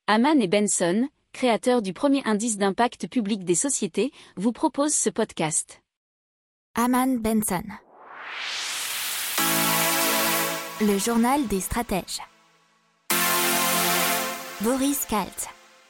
Hamann et Benson, créateurs du premier indice d'impact public des sociétés, vous proposent ce podcast. Hamann Benson. Le journal des stratèges. Boris Kalt.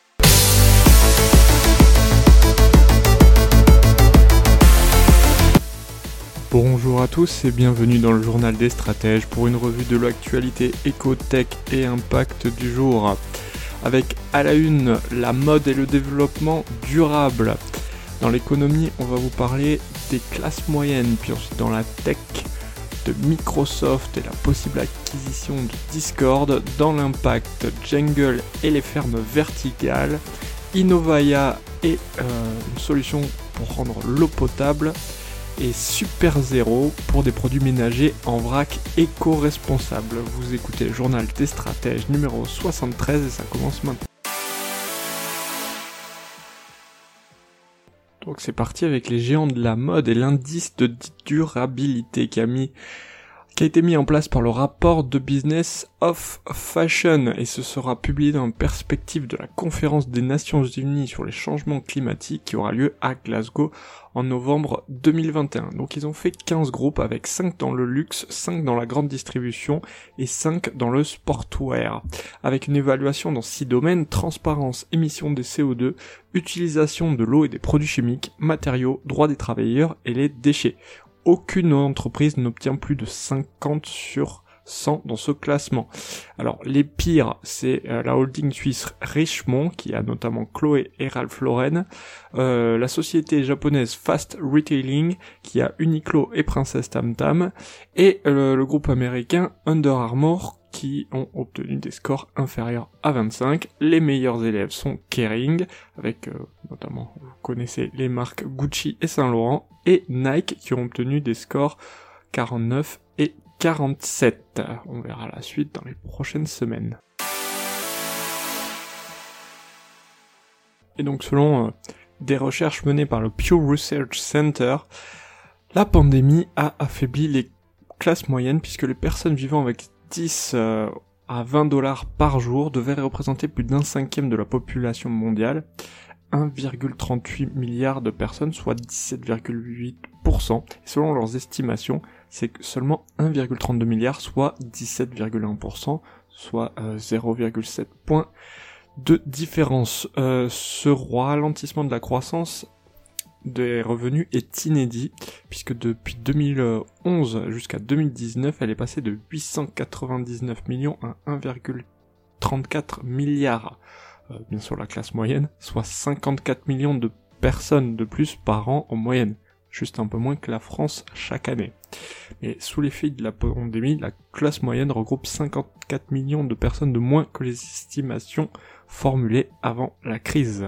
Bonjour à tous et bienvenue dans le journal des stratèges pour une revue de l'actualité éco-tech et impact du jour. Avec à la une, la mode et le développement durable. Dans l'économie, on va vous parler des classes moyennes, puis ensuite dans la tech, de Microsoft et la possible acquisition de Discord. Dans l'impact, Jungle et les fermes verticales, Innovaya et une solution pour rendre l'eau potable, et Super Zero pour des produits ménagers en vrac éco-responsables. Vous écoutez le journal des stratèges numéro 73 et ça commence maintenant. Donc c'est parti avec les géants de la mode et l'indice de durabilité qui a été mis en place par le rapport de Business of Fashion et ce sera publié dans la perspective de la conférence des Nations Unies sur les changements climatiques qui aura lieu à Glasgow en novembre 2021. Donc ils ont fait 15 groupes avec 5 dans le luxe, 5 dans la grande distribution et 5 dans le sportwear. Avec une évaluation dans 6 domaines: transparence, émissions de CO2, utilisation de l'eau et des produits chimiques, matériaux, droits des travailleurs et les déchets. Aucune entreprise n'obtient plus de 50 sur 100 dans ce classement. Alors les pires, c'est la holding suisse Richemont qui a notamment Chloé et Ralph Lauren, la société japonaise Fast Retailing qui a Uniqlo et Princess Tam Tam, et le groupe américain Under Armour qui ont obtenu des scores inférieurs à 25. Les meilleurs élèves sont Kering, avec notamment, vous connaissez les marques Gucci et Saint Laurent, et Nike qui ont obtenu des scores 49 et 47. On verra la suite dans les prochaines semaines. Et donc selon des recherches menées par le Pew Research Center, la pandémie a affaibli les classes moyennes puisque les personnes vivant avec 10 à 20 dollars par jour devaient représenter plus d'un cinquième de la population mondiale, 1,38 milliard de personnes, soit 17,8%. Et selon leurs estimations, c'est que seulement 1,32 milliard, soit 17,1%, soit 0,7 points de différence. Ce ralentissement de la croissance des revenus est inédit, puisque depuis 2011 jusqu'à 2019, elle est passée de 899 millions à 1,34 milliard. Bien sûr la classe moyenne, soit 54 millions de personnes de plus par an en moyenne, juste un peu moins que la France chaque année. Mais sous l'effet de la pandémie, la classe moyenne regroupe 54 millions de personnes de moins que les estimations formulées avant la crise.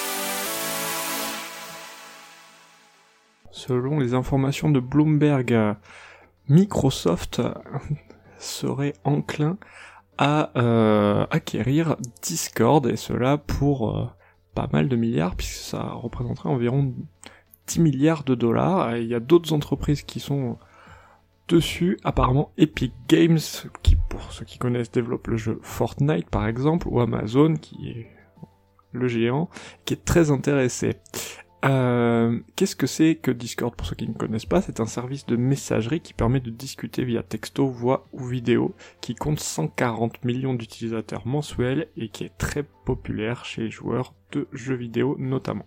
Selon les informations de Bloomberg, Microsoft serait enclin à acquérir Discord, et cela pour pas mal de milliards, puisque ça représenterait environ 10 milliards de dollars. Et il y a d'autres entreprises qui sont dessus, apparemment Epic Games, qui pour ceux qui connaissent développe le jeu Fortnite par exemple, ou Amazon, qui est le géant, qui est très intéressé. Qu'est-ce que c'est que Discord pour ceux qui ne connaissent pas? C'est un service de messagerie qui permet de discuter via texto, voix ou vidéo, qui compte 140 millions d'utilisateurs mensuels et qui est très populaire chez les joueurs de jeux vidéo notamment.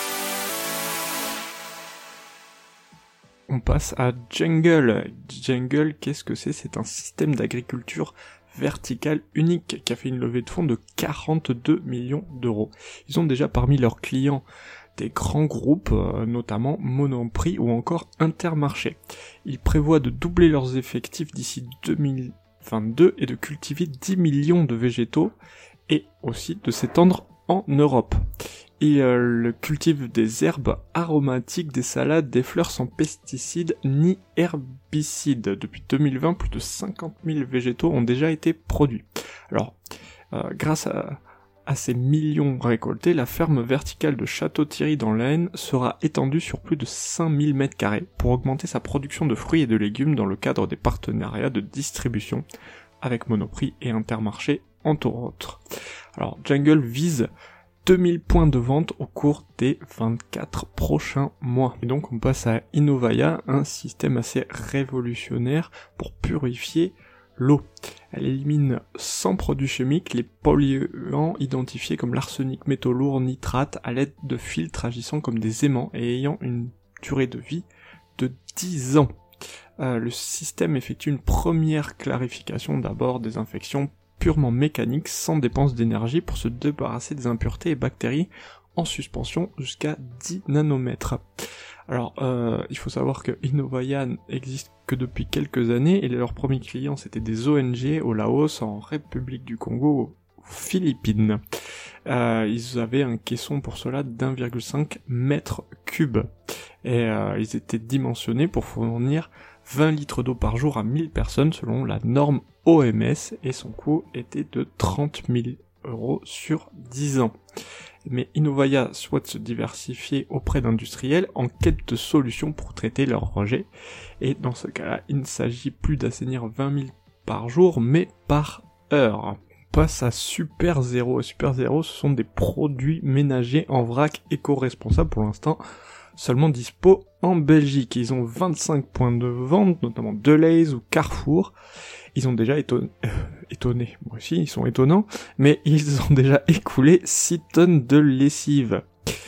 On passe à Jungle. Jungle, qu'est-ce que c'est? C'est un système d'agriculture verticale unique qui a fait une levée de fonds de 42 millions d'euros. Ils ont déjà parmi leurs clients des grands groupes, notamment Monoprix ou encore Intermarché. Ils prévoient de doubler leurs effectifs d'ici 2022 et de cultiver 10 millions de végétaux et aussi de s'étendre en Europe. Ils cultivent des herbes aromatiques, des salades, des fleurs sans pesticides ni herbicides. Depuis 2020, plus de 50 000 végétaux ont déjà été produits. Alors, grâce à ces millions récoltés, la ferme verticale de Château-Thierry dans l'Aisne sera étendue sur plus de 5000 m² pour augmenter sa production de fruits et de légumes dans le cadre des partenariats de distribution avec Monoprix et Intermarché, entre autres. Alors Jungle vise 2000 points de vente au cours des 24 prochains mois. Et donc on passe à Innovaya, un système assez révolutionnaire pour purifier l'eau. Elle élimine sans produits chimiques les polluants identifiés comme l'arsenic, métaux lourds, nitrates à l'aide de filtres agissant comme des aimants et ayant une durée de vie de 10 ans. Le système effectue une première clarification, d'abord des infections purement mécaniques sans dépense d'énergie pour se débarrasser des impuretés et bactéries en suspension jusqu'à 10 nanomètres. Alors, il faut savoir que Innovaya n'existe que depuis quelques années et leurs premiers clients c'était des ONG au Laos, en République du Congo, aux Philippines. Ils avaient un caisson pour cela d'1,5 mètre cube et ils étaient dimensionnés pour fournir 20 litres d'eau par jour à 1000 personnes selon la norme OMS et son coût était de 30 000 € sur 10 ans. Mais Innovaya souhaite se diversifier auprès d'industriels en quête de solutions pour traiter leurs rejets. Et dans ce cas-là, il ne s'agit plus d'assainir 20 000 par jour, mais par heure. On passe à Super Zero. Super Zero, ce sont des produits ménagers en vrac éco-responsables pour l'instant, seulement dispo en Belgique. Ils ont 25 points de vente, notamment Delhaize ou Carrefour. Ils ont déjà étonné, moi aussi ils sont étonnants, mais ils ont déjà écoulé 6 tonnes de lessive.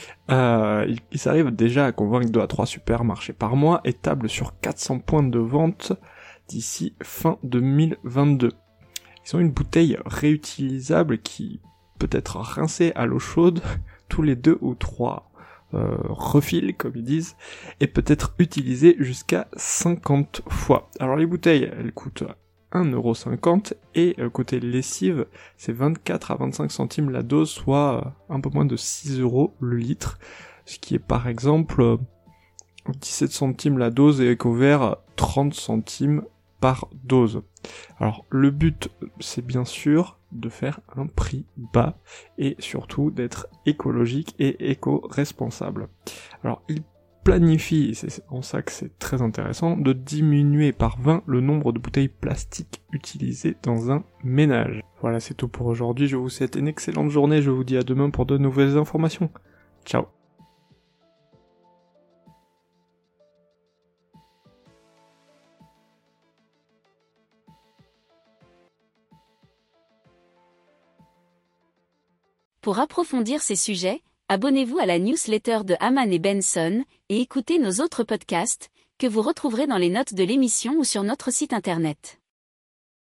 Ils arrivent déjà à convaincre 2 à 3 supermarchés par mois et tablent sur 400 points de vente d'ici fin 2022. Ils ont une bouteille réutilisable qui peut être rincée à l'eau chaude tous les 2 ou 3 refil comme ils disent, et peut être utilisée jusqu'à 50 fois. Alors les bouteilles, elles coûtent 1,50€ et côté lessive, c'est 24 à 25 centimes la dose, soit un peu moins de 6 € le litre, ce qui est par exemple 17 centimes la dose et EcoVert 30 centimes par dose. Alors le but, c'est bien sûr de faire un prix bas et surtout d'être écologique et éco-responsable. Alors il planifie, et c'est en ça que c'est très intéressant, de diminuer par 20 le nombre de bouteilles plastiques utilisées dans un ménage. Voilà, c'est tout pour aujourd'hui, je vous souhaite une excellente journée, je vous dis à demain pour de nouvelles informations. Ciao. Pour approfondir ces sujets, abonnez-vous à la newsletter de Hamann et Benson et écoutez nos autres podcasts, que vous retrouverez dans les notes de l'émission ou sur notre site internet.